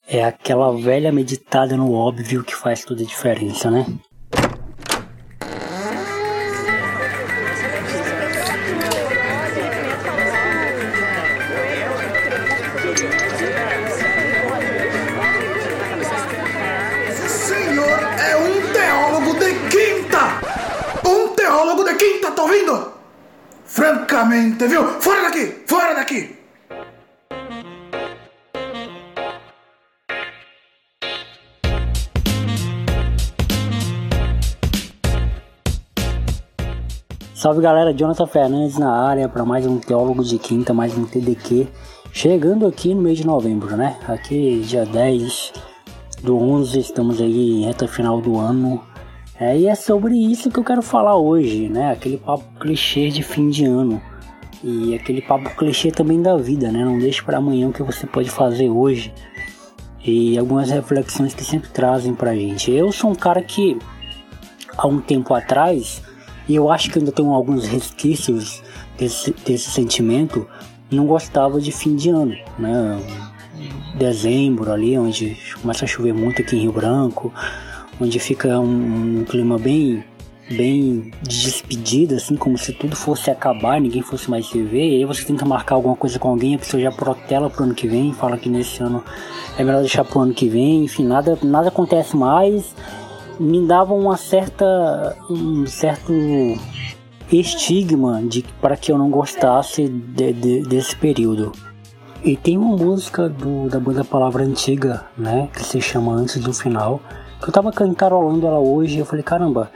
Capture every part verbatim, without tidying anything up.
É aquela velha meditada no óbvio que faz toda a diferença, né? Senhor é um teólogo de quinta! Um teólogo de quinta, tá ouvindo? Francamente, viu? Fora daqui! Fora daqui! Salve galera, Jonathan Fernandes na área para mais um Teólogo de Quinta, mais um T D Q. Chegando aqui no mês de novembro, né? Aqui dia dez do onze, estamos aí em reta final do ano. É, e é sobre isso que eu quero falar hoje, né? Aquele papo clichê de fim de ano. E aquele papo clichê também da vida, né? Não deixe para amanhã o que você pode fazer hoje. E algumas reflexões que sempre trazem pra gente. Eu sou um cara que, há um tempo atrás, e eu acho que ainda tenho alguns resquícios desse, desse sentimento, não gostava de fim de ano, né? Dezembro ali, onde começa a chover muito aqui em Rio Branco, onde fica um, um clima bem, bem de despedida, assim, como se tudo fosse acabar, ninguém fosse mais se ver, e aí você tenta marcar alguma coisa com alguém, a pessoa já protela pro ano que vem, fala que nesse ano é melhor deixar pro ano que vem, enfim, nada, nada acontece mais. Me dava uma certa, um certo estigma de, para que eu não gostasse de, de, desse período. E tem uma música do, da banda Palavra Antiga, né, que se chama Antes do Final, que eu tava cantarolando ela hoje e eu falei, caramba,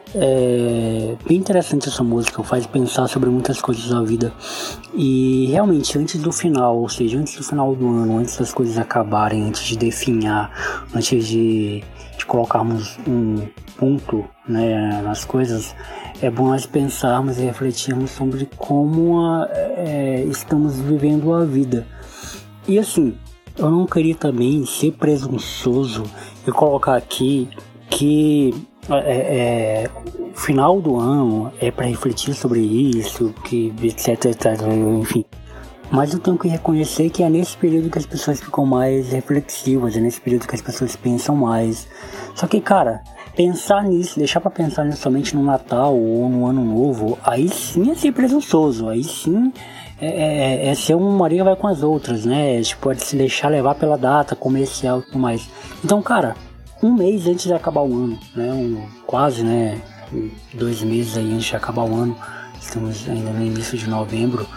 é bem interessante essa música, faz pensar sobre muitas coisas da vida. E realmente, antes do final, ou seja, antes do final do ano, antes das coisas acabarem, antes de definhar, antes de, de colocarmos um ponto, né, nas coisas, é bom nós pensarmos e refletirmos sobre como a, é, estamos vivendo a vida. E assim, eu não queria também ser presunçoso e colocar aqui que é, é, o final do ano é para refletir sobre isso, que etc, etc, enfim. Mas eu tenho que reconhecer que é nesse período que as pessoas ficam mais reflexivas, é nesse período que as pessoas pensam mais. Só que, cara, pensar nisso, deixar pra pensar nisso somente no Natal ou no Ano Novo, aí sim é ser presunçoso, aí sim é, é, é ser uma Maria vai com as outras, né? Tipo, pode se deixar levar pela data comercial e tudo mais. Então, cara, um mês antes de acabar o ano, né? Um, quase, né? Dois meses aí antes de acabar o ano, estamos ainda no início de novembro.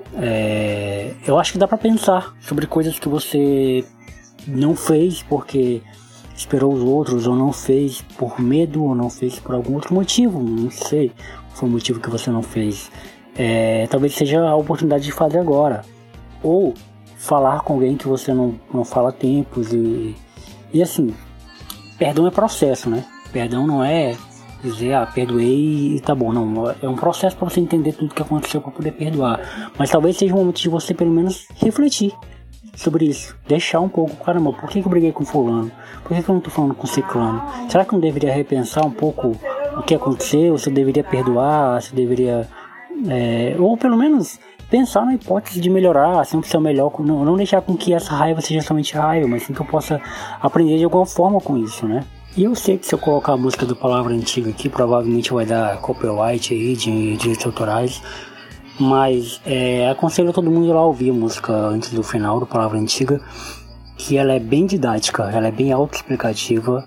É, eu acho que dá pra pensar sobre coisas que você não fez porque esperou os outros, ou não fez por medo, ou não fez por algum outro motivo, não sei qual foi o motivo que você não fez. É, talvez seja a oportunidade de fazer agora, ou falar com alguém que você não, não fala há tempos. E, e assim, perdão é processo, né? Perdão não é dizer, ah, perdoei e tá bom, não, é um processo para você entender tudo que aconteceu para poder perdoar, mas talvez seja um momento de você pelo menos refletir sobre isso, deixar um pouco, caramba, por que, que eu briguei com fulano, por que, que eu não tô falando com ciclano, será que eu não deveria repensar um pouco o que aconteceu, se eu deveria perdoar, se eu deveria, é, ou pelo menos pensar na hipótese de melhorar, sempre ser o melhor, não, não deixar com que essa raiva seja somente raiva, mas sim que eu possa aprender de alguma forma com isso, né? E eu sei que se eu colocar a música do Palavra Antiga aqui, provavelmente vai dar copyright aí de direitos autorais, mas é, aconselho a todo mundo ir lá ouvir a música antes do final do Palavra Antiga, que ela é bem didática, ela é bem autoexplicativa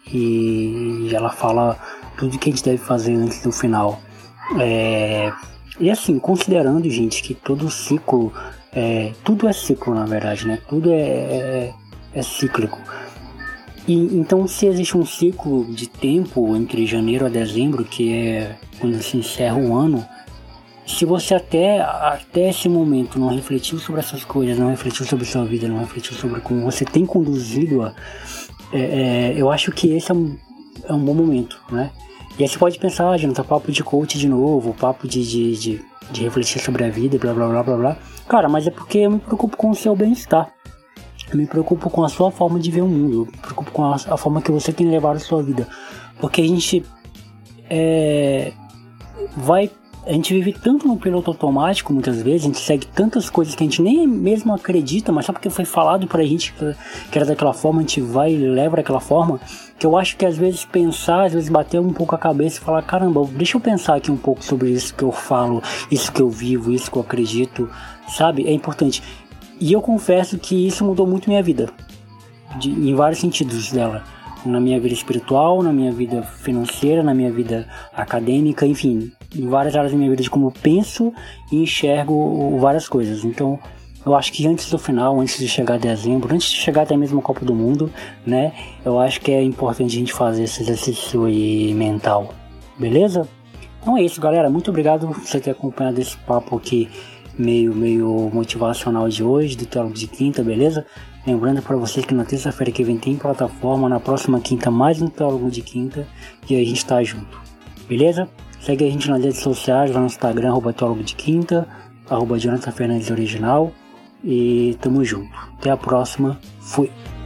e ela fala tudo que a gente deve fazer antes do final. É, e assim, considerando, gente, que todo ciclo, é, tudo é ciclo na verdade, né? Tudo é, é, é cíclico. E, então, se existe um ciclo de tempo entre janeiro a dezembro, que é quando se encerra o ano, se você até, até esse momento não refletiu sobre essas coisas, não refletiu sobre sua vida, não refletiu sobre como você tem conduzido-a, é, é, eu acho que esse é um, é um bom momento, né? E aí você pode pensar, ah, Jonathan, papo de coach de novo, papo de, de, de, de refletir sobre a vida, blá blá blá blá blá. Cara, mas é porque eu me preocupo com o seu bem-estar. Eu me preocupo com a sua forma de ver o mundo, eu me preocupo com a, a forma que você tem levado a sua vida. Porque a gente é, vai a gente vive tanto no piloto automático muitas vezes, a gente segue tantas coisas que a gente nem mesmo acredita, mas só porque foi falado pra gente que era daquela forma, a gente vai e leva daquela forma, que eu acho que às vezes pensar, às vezes bater um pouco a cabeça e falar, caramba, deixa eu pensar aqui um pouco sobre isso que eu falo, isso que eu vivo, isso que eu acredito, sabe? É importante. E eu confesso que isso mudou muito minha vida, de, em vários sentidos dela. Na minha vida espiritual, na minha vida financeira, na minha vida acadêmica, enfim, em várias áreas da minha vida de como eu penso e enxergo várias coisas. Então, eu acho que antes do final, antes de chegar a dezembro, antes de chegar até mesmo a Copa do Mundo, né, eu acho que é importante a gente fazer esse exercício aí mental, beleza? Então é isso, galera, muito obrigado por você ter acompanhado esse papo aqui meio, meio motivacional de hoje, do Teólogo de Quinta, beleza? Lembrando para vocês que na terça-feira que vem tem plataforma, na próxima quinta mais um Teólogo de Quinta e a gente tá junto, beleza? Segue a gente nas redes sociais, lá no Instagram, arroba Teólogo de Quinta, arroba Jonathan Fernandes Original e tamo junto. Até a próxima, fui!